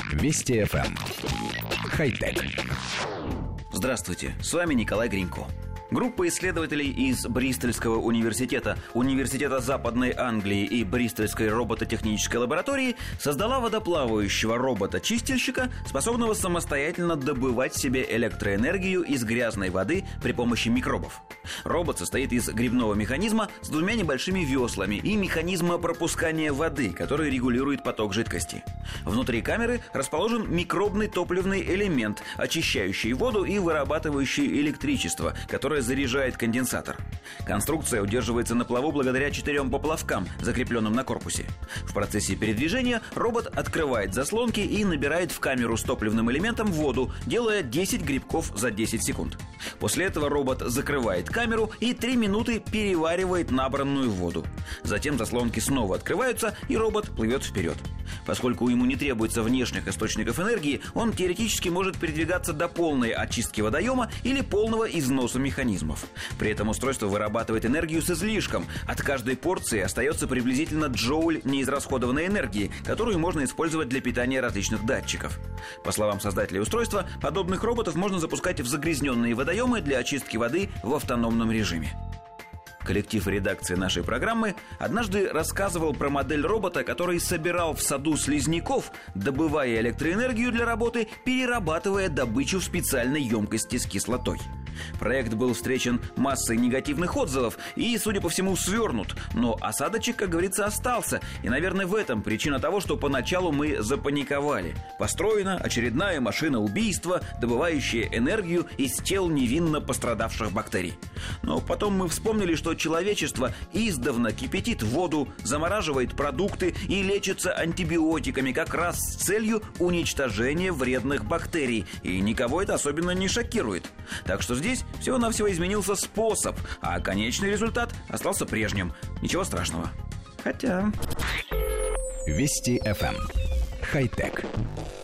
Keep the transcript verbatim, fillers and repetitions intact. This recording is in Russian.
Вести эф эм. Хай-тек. Здравствуйте, с вами Николай Гринько. Группа исследователей из Бристольского университета, Университета Западной Англии и Бристольской робототехнической лаборатории создала водоплавающего робота-чистильщика, способного самостоятельно добывать себе электроэнергию из грязной воды при помощи микробов. Робот состоит из грибного механизма с двумя небольшими веслами и механизма пропускания воды, который регулирует поток жидкости. Внутри камеры расположен микробный топливный элемент, очищающий воду и вырабатывающий электричество, которое заряжает конденсатор. Конструкция удерживается на плаву благодаря четырем поплавкам, закрепленным на корпусе. В процессе передвижения робот открывает заслонки и набирает в камеру с топливным элементом воду, делая десять грибков за десять секунд. После этого робот закрывает камеру и три минуты переваривает набранную воду. Затем заслонки снова открываются, и робот плывет вперед. Поскольку ему не требуется внешних источников энергии, он теоретически может передвигаться до полной очистки водоема или полного износа механизмов. При этом устройство вырабатывает энергию с излишком. От каждой порции остается приблизительно джоуль неизрасходованной энергии, которую можно использовать для питания различных датчиков. По словам создателей устройства, подобных роботов можно запускать в загрязненные водоемы для очистки воды в автономном режиме. Коллектив редакции нашей программы однажды рассказывал про модель робота, который собирал в саду слизняков, добывая электроэнергию для работы, перерабатывая добычу в специальной емкости с кислотой. Проект был встречен массой негативных отзывов и, судя по всему, свернут. Но осадочек, как говорится, остался. И, наверное, в этом причина того, что поначалу мы запаниковали. Построена очередная машина убийства, добывающая энергию из тел невинно пострадавших бактерий. Но потом мы вспомнили, что человечество издавна кипятит воду, замораживает продукты и лечится антибиотиками как раз с целью уничтожения вредных бактерий. И никого это особенно не шокирует. Так что здесь всего-навсего изменился способ, а конечный результат остался прежним. Ничего страшного. Хотя... Вести эф эм. Хай-тек.